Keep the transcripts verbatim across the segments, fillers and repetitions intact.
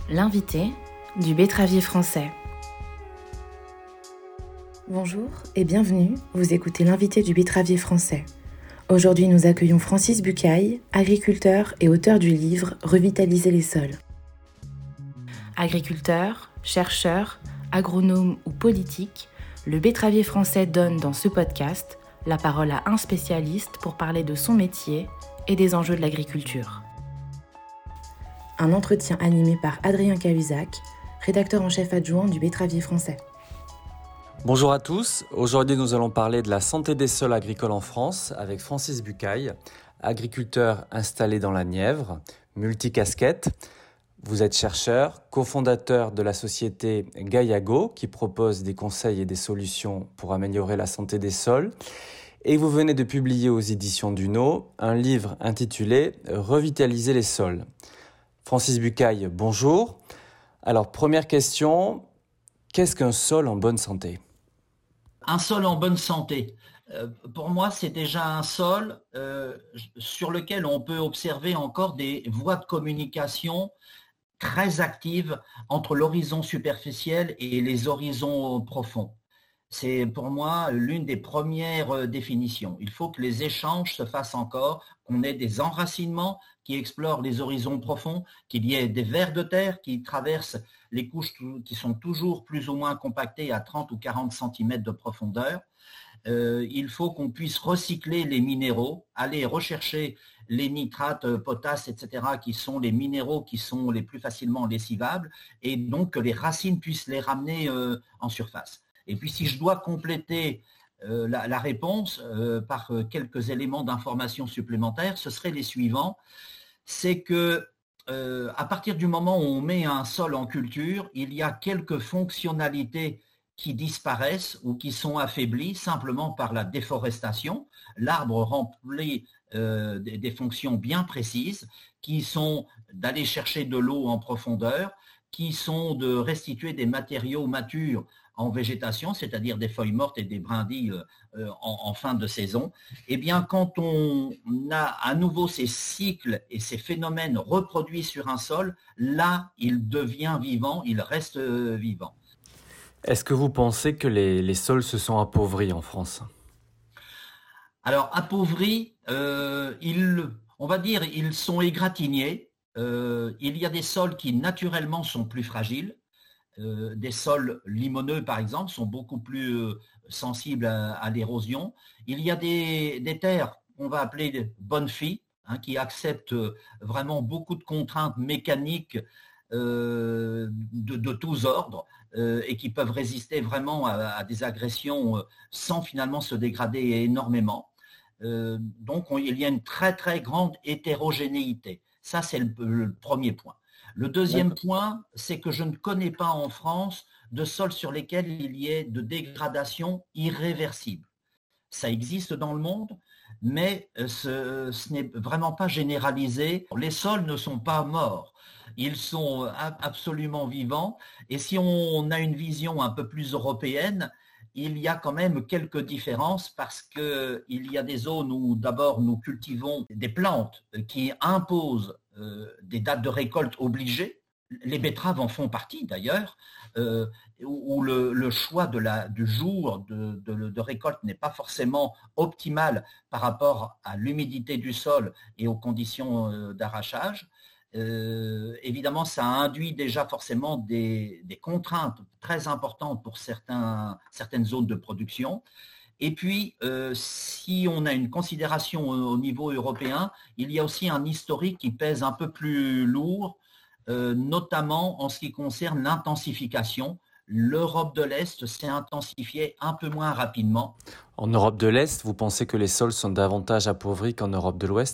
L'invité du betteravier français. Bonjour et bienvenue, vous écoutez l'invité du betteravier français. Aujourd'hui, nous accueillons Francis Bucaille, agriculteur et auteur du livre « Revitaliser les sols ». Agriculteur, chercheur, agronome ou politique, le betteravier français donne dans ce podcast la parole à un spécialiste pour parler de son métier et des enjeux de l'agriculture. Un entretien animé par Adrien Cahuzac, rédacteur en chef adjoint du betteravier français. Bonjour à tous, aujourd'hui nous allons parler de la santé des sols agricoles en France avec Francis Bucaille, agriculteur installé dans la Nièvre, multicasquette. Vous êtes chercheur, cofondateur de la société Gaiago qui propose des conseils et des solutions pour améliorer la santé des sols. Et vous venez de publier aux éditions Duno un livre intitulé « Revitaliser les sols ». Francis Bucaille, bonjour. Alors, première question, qu'est-ce qu'un sol en bonne santé ? Un sol en bonne santé, euh, pour moi, c'est déjà un sol euh, sur lequel on peut observer encore des voies de communication très actives entre l'horizon superficiel et les horizons profonds. C'est pour moi l'une des premières définitions. Il faut que les échanges se fassent encore, qu'on ait des enracinements qui explorent les horizons profonds, qu'il y ait des vers de terre qui traversent les couches qui sont toujours plus ou moins compactées à trente ou quarante centimètres de profondeur. Euh, il faut qu'on puisse recycler les minéraux, aller rechercher les nitrates, potasse, et cetera, qui sont les minéraux qui sont les plus facilement lessivables, et donc que les racines puissent les ramener euh, en surface. Et puis si je dois compléter euh, la, la réponse euh, par quelques éléments d'information supplémentaires, ce serait les suivants. C'est que euh, à partir du moment où on met un sol en culture, il y a quelques fonctionnalités qui disparaissent ou qui sont affaiblies simplement par la déforestation. L'arbre remplit euh, des, des fonctions bien précises qui sont d'aller chercher de l'eau en profondeur, qui sont de restituer des matériaux matures en végétation, c'est-à-dire des feuilles mortes et des brindilles euh, en, en fin de saison. Eh bien, quand on a à nouveau ces cycles et ces phénomènes reproduits sur un sol, là, il devient vivant, il reste vivant. Est-ce que vous pensez que les, les sols se sont appauvris en France ? Alors, appauvris, euh, ils, on va dire, ils sont égratignés. Euh, il y a des sols qui naturellement sont plus fragiles. Euh, des sols limoneux, par exemple, sont beaucoup plus euh, sensibles à, à l'érosion. Il y a des, des terres qu'on va appeler bonnes filles, hein, qui acceptent vraiment beaucoup de contraintes mécaniques euh, de, de tous ordres euh, et qui peuvent résister vraiment à, à des agressions sans finalement se dégrader énormément. Euh, donc, on, il y a une très, très grande hétérogénéité. Ça, c'est le, le premier point. Le deuxième point, c'est que je ne connais pas en France de sols sur lesquels il y ait de dégradation irréversible. Ça existe dans le monde, mais ce, ce n'est vraiment pas généralisé. Les sols ne sont pas morts, ils sont absolument vivants. Et si on a une vision un peu plus européenne, il y a quand même quelques différences parce qu'il y a des zones où d'abord nous cultivons des plantes qui imposent euh, des dates de récolte obligées. Les betteraves en font partie d'ailleurs, euh, où le, le choix de la, du jour de, de, de récolte n'est pas forcément optimal par rapport à l'humidité du sol et aux conditions euh, d'arrachage. Euh, évidemment, ça induit déjà forcément des, des contraintes très importantes pour certains, certaines zones de production. Et puis, euh, si on a une considération au, au niveau européen, il y a aussi un historique qui pèse un peu plus lourd, euh, notamment en ce qui concerne l'intensification. L'Europe de l'Est s'est intensifiée un peu moins rapidement. En Europe de l'Est, vous pensez que les sols sont davantage appauvris qu'en Europe de l'Ouest ?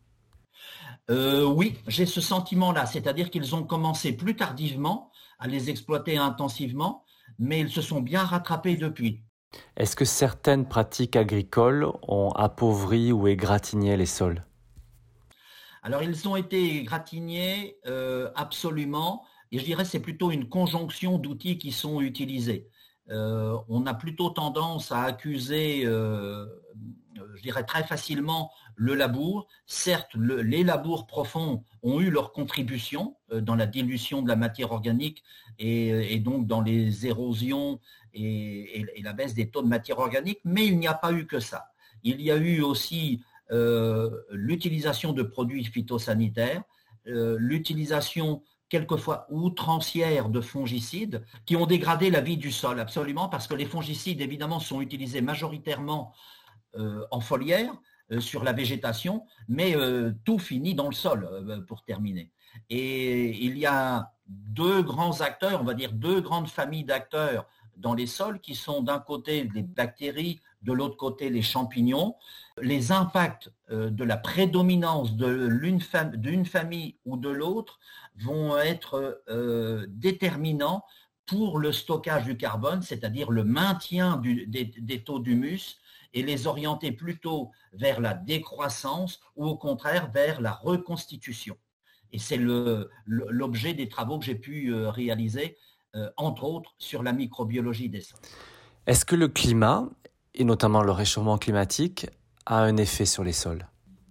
Euh, oui, j'ai ce sentiment-là, c'est-à-dire qu'ils ont commencé plus tardivement à les exploiter intensivement, mais ils se sont bien rattrapés depuis. Est-ce que certaines pratiques agricoles ont appauvri ou égratigné les sols ? Alors, ils ont été égratignés euh, absolument, et je dirais que c'est plutôt une conjonction d'outils qui sont utilisés. Euh, on a plutôt tendance à accuser, euh, je dirais très facilement, le labour. Certes, le, les labours profonds ont eu leur contribution euh, dans la dilution de la matière organique et, et donc dans les érosions et, et, et la baisse des taux de matière organique, mais il n'y a pas eu que ça. Il y a eu aussi euh, l'utilisation de produits phytosanitaires, euh, l'utilisation quelquefois outrancière de fongicides qui ont dégradé la vie du sol, absolument, parce que les fongicides, évidemment, sont utilisés majoritairement euh, en foliaire, euh, sur la végétation, mais euh, tout finit dans le sol, euh, pour terminer. Et il y a deux grands acteurs, on va dire deux grandes familles d'acteurs dans les sols, qui sont d'un côté les bactéries, de l'autre côté les champignons. Les impacts euh, de la prédominance de l'une fam- d'une famille ou de l'autre vont être euh, déterminants pour le stockage du carbone, c'est-à-dire le maintien du, des, des taux d'humus, et les orienter plutôt vers la décroissance ou au contraire vers la reconstitution. Et c'est le, le, l'objet des travaux que j'ai pu euh, réaliser, euh, entre autres sur la microbiologie des sols. Est-ce que le climat, et notamment le réchauffement climatique, a un effet sur les sols ?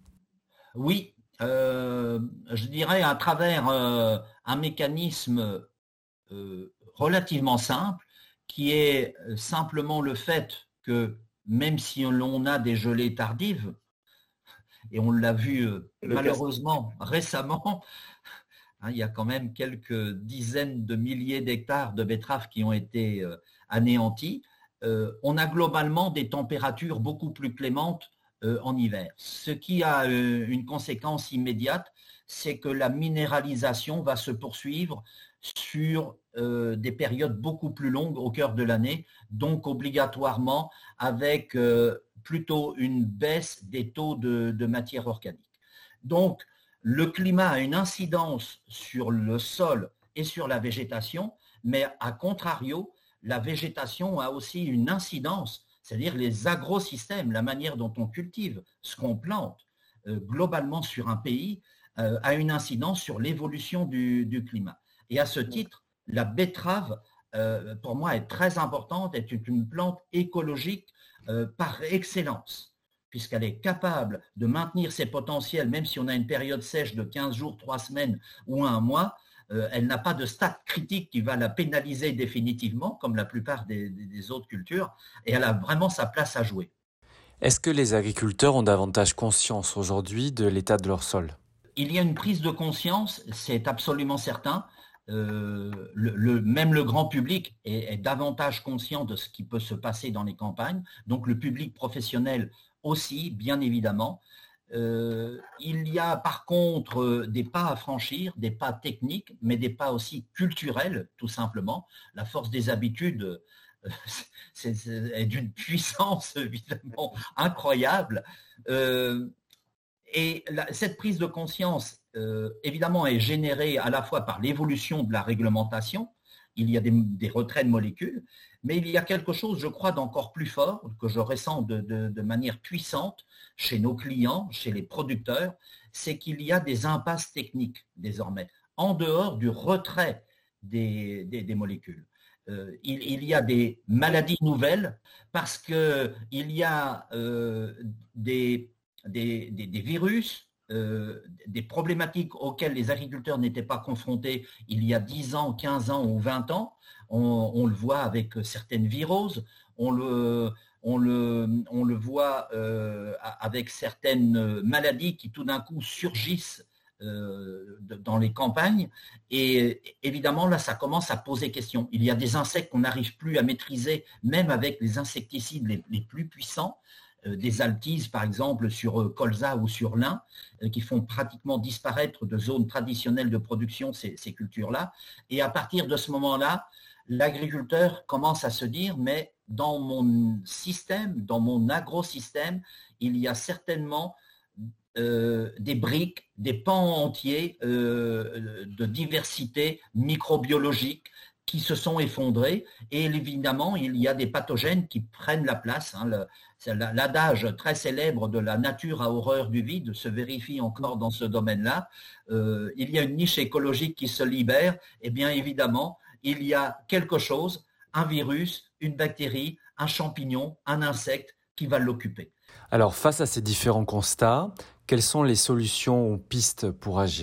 Oui, euh, je dirais à travers euh, un mécanisme euh, relativement simple, qui est simplement le fait que même si l'on a des gelées tardives, et on l'a vu euh, malheureusement récemment, hein, il y a quand même quelques dizaines de milliers d'hectares de betteraves qui ont été euh, anéantis, euh, on a globalement des températures beaucoup plus clémentes euh, en hiver. Ce qui a euh, une conséquence immédiate, c'est que la minéralisation va se poursuivre sur euh, des périodes beaucoup plus longues au cœur de l'année, donc obligatoirement avec euh, plutôt une baisse des taux de, de matière organique. Donc, le climat a une incidence sur le sol et sur la végétation, mais à contrario, la végétation a aussi une incidence, c'est-à-dire les agrosystèmes, la manière dont on cultive ce qu'on plante, euh, globalement sur un pays, euh, a une incidence sur l'évolution du, du climat. Et à ce titre, la betterave, euh, pour moi, est très importante, est une plante écologique euh, par excellence, puisqu'elle est capable de maintenir ses potentiels, même si on a une période sèche de quinze jours, trois semaines ou un mois, euh, elle n'a pas de stade critique qui va la pénaliser définitivement, comme la plupart des, des autres cultures, et elle a vraiment sa place à jouer. Est-ce que les agriculteurs ont davantage conscience aujourd'hui de l'état de leur sol ? Il y a une prise de conscience, c'est absolument certain. Euh, le, le, même le grand public est, est davantage conscient de ce qui peut se passer dans les campagnes, donc le public professionnel aussi, bien évidemment. Euh, il y a par contre des pas à franchir, des pas techniques, mais des pas aussi culturels, tout simplement. La force des habitudes euh, c'est, c'est, est d'une puissance évidemment incroyable. Euh, Et la, cette prise de conscience, euh, évidemment, est générée à la fois par l'évolution de la réglementation. Il y a des, des retraits de molécules, mais il y a quelque chose, je crois, d'encore plus fort, que je ressens de, de, de manière puissante chez nos clients, chez les producteurs, c'est qu'il y a des impasses techniques désormais, en dehors du retrait des, des, des molécules. Euh, il, il y a des maladies nouvelles parce qu'il y a euh, des... Des, des, des virus, euh, des problématiques auxquelles les agriculteurs n'étaient pas confrontés il y a dix ans, quinze ans ou vingt ans. On, on le voit avec certaines viroses, on le, on le, on le voit euh, avec certaines maladies qui tout d'un coup surgissent euh, dans les campagnes. Et évidemment, là, ça commence à poser question. Il y a des insectes qu'on n'arrive plus à maîtriser, même avec les insecticides les, les plus puissants. Des altises, par exemple, sur colza ou sur lin, qui font pratiquement disparaître de zones traditionnelles de production ces, ces cultures-là. Et à partir de ce moment-là, l'agriculteur commence à se dire, mais dans mon système, dans mon agrosystème, il y a certainement euh, des briques, des pans entiers euh, de diversité microbiologique qui se sont effondrés, et évidemment, il y a des pathogènes qui prennent la place. Hein, le, l'adage très célèbre de la nature a horreur du vide se vérifie encore dans ce domaine-là. Euh, il y a une niche écologique qui se libère, et bien évidemment, il y a quelque chose, un virus, une bactérie, un champignon, un insecte qui va l'occuper. Alors, face à ces différents constats, quelles sont les solutions ou pistes pour agir ?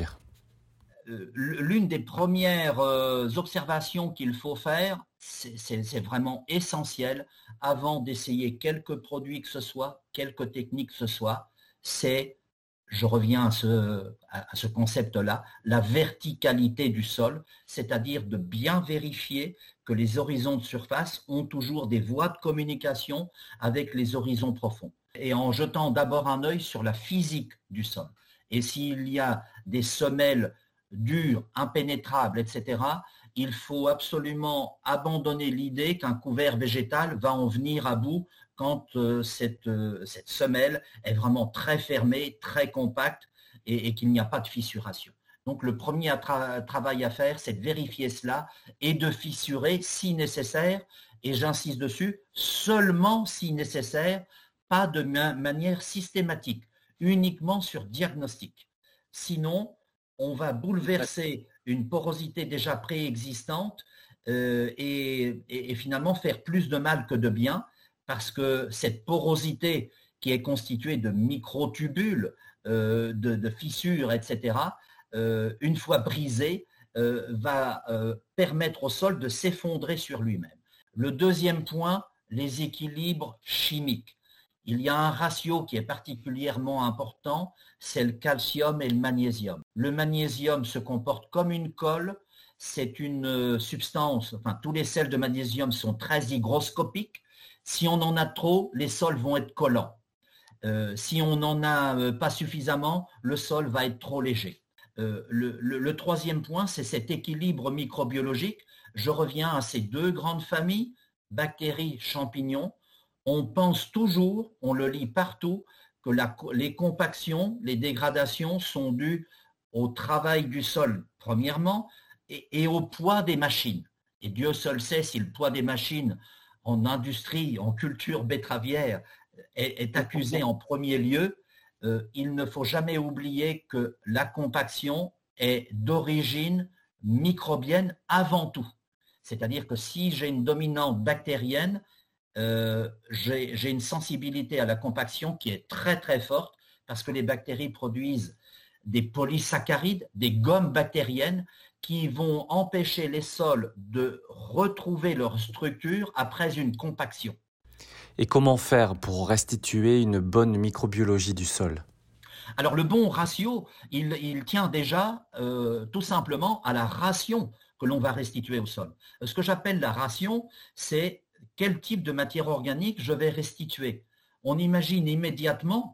L'une des premières observations qu'il faut faire, c'est, c'est, c'est vraiment essentiel avant d'essayer quelque produit que ce soit, quelque technique que ce soit, c'est, je reviens à ce, à ce concept-là, la verticalité du sol, c'est-à-dire de bien vérifier que les horizons de surface ont toujours des voies de communication avec les horizons profonds. Et en jetant d'abord un œil sur la physique du sol. Et s'il y a des semelles dures, impénétrables, et cetera, il faut absolument abandonner l'idée qu'un couvert végétal va en venir à bout quand euh, cette, euh, cette semelle est vraiment très fermée, très compacte et, et qu'il n'y a pas de fissuration. Donc le premier tra- travail à faire, c'est de vérifier cela et de fissurer si nécessaire, et j'insiste dessus, seulement si nécessaire, pas de ma- manière systématique, uniquement sur diagnostic. Sinon, on va bouleverser une porosité déjà préexistante euh, et, et, et finalement faire plus de mal que de bien, parce que cette porosité qui est constituée de microtubules, euh, de, de fissures, et cetera, euh, une fois brisée, euh, va euh, permettre au sol de s'effondrer sur lui-même. Le deuxième point, les équilibres chimiques. Il y a un ratio qui est particulièrement important, c'est le calcium et le magnésium. Le magnésium se comporte comme une colle, c'est une substance, enfin tous les sels de magnésium sont très hygroscopiques. Si on en a trop, les sols vont être collants. Euh, si on n'en a pas suffisamment, le sol va être trop léger. Euh, le, le, le troisième point, c'est cet équilibre microbiologique. Je reviens à ces deux grandes familles, bactéries, champignons. On pense toujours, on le lit partout, que la, les compactions, les dégradations sont dues au travail du sol, premièrement, et, et au poids des machines. Et Dieu seul sait si le poids des machines en industrie, en culture betteravière, est, est accusé en premier lieu. Euh, il ne faut jamais oublier que la compaction est d'origine microbienne avant tout. C'est-à-dire que si j'ai une dominante bactérienne, Euh, j'ai, j'ai une sensibilité à la compaction qui est très très forte parce que les bactéries produisent des polysaccharides, des gommes bactériennes qui vont empêcher les sols de retrouver leur structure après une compaction. Et comment faire pour restituer une bonne microbiologie du sol ? Alors le bon ratio, il, il tient déjà euh, tout simplement à la ration que l'on va restituer au sol. Ce que j'appelle la ration, c'est quel type de matière organique je vais restituer. On imagine immédiatement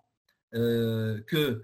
euh, que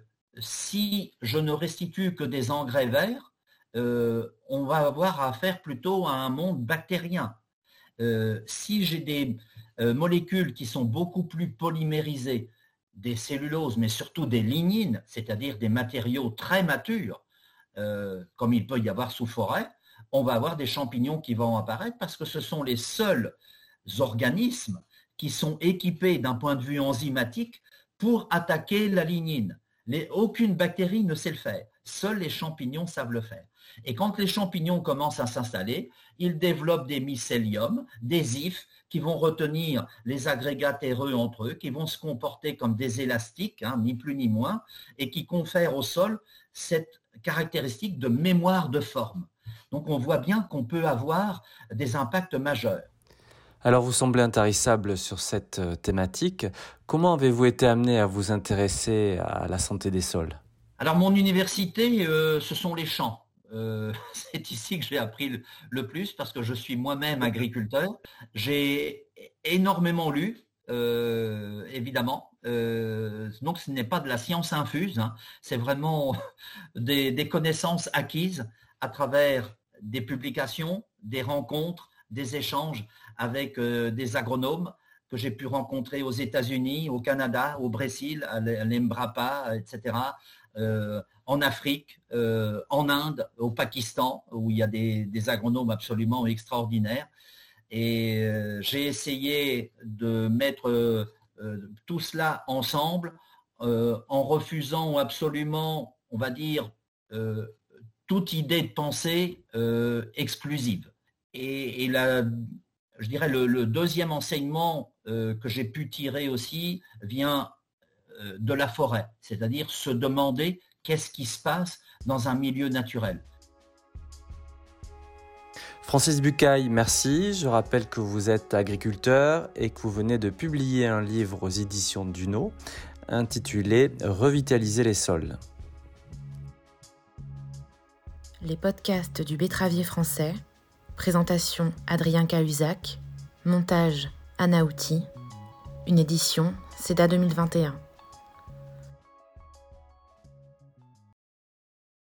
si je ne restitue que des engrais verts, euh, on va avoir affaire plutôt à un monde bactérien. Euh, si j'ai des euh, molécules qui sont beaucoup plus polymérisées, des celluloses, mais surtout des lignines, c'est-à-dire des matériaux très matures, euh, comme il peut y avoir sous forêt, on va avoir des champignons qui vont apparaître parce que ce sont les seuls organismes qui sont équipés d'un point de vue enzymatique pour attaquer la lignine. Les, aucune bactérie ne sait le faire. Seuls les champignons savent le faire. Et quand les champignons commencent à s'installer, ils développent des mycéliums, des ifs, qui vont retenir les agrégats terreux entre eux, qui vont se comporter comme des élastiques, hein, ni plus ni moins, et qui confèrent au sol cette caractéristique de mémoire de forme. Donc on voit bien qu'on peut avoir des impacts majeurs. Alors vous semblez intarissable sur cette thématique. Comment avez-vous été amené à vous intéresser à la santé des sols ? Alors mon université, euh, ce sont les champs. Euh, c'est ici que j'ai appris le, le plus parce que je suis moi-même agriculteur. J'ai énormément lu, euh, évidemment. Euh, donc ce n'est pas de la science infuse, hein. C'est vraiment des, des connaissances acquises à travers des publications, des rencontres, des échanges avec euh, des agronomes que j'ai pu rencontrer aux États-Unis, au Canada, au Brésil, à l'Embrapa, et cetera, euh, en Afrique, euh, en Inde, au Pakistan, où il y a des, des agronomes absolument extraordinaires. Et euh, j'ai essayé de mettre euh, tout cela ensemble euh, en refusant absolument, on va dire, euh, toute idée de pensée euh, exclusive. Et, et la, je dirais le, le deuxième enseignement euh, que j'ai pu tirer aussi vient de la forêt, c'est-à-dire se demander qu'est-ce qui se passe dans un milieu naturel. Francis Bucaille, merci. Je rappelle que vous êtes agriculteur et que vous venez de publier un livre aux éditions Duno intitulé « Revitaliser les sols ». Les podcasts du Betteravier français, présentation Adrien Cahuzac, montage Anna Outi, une édition C E D A deux mille vingt et un.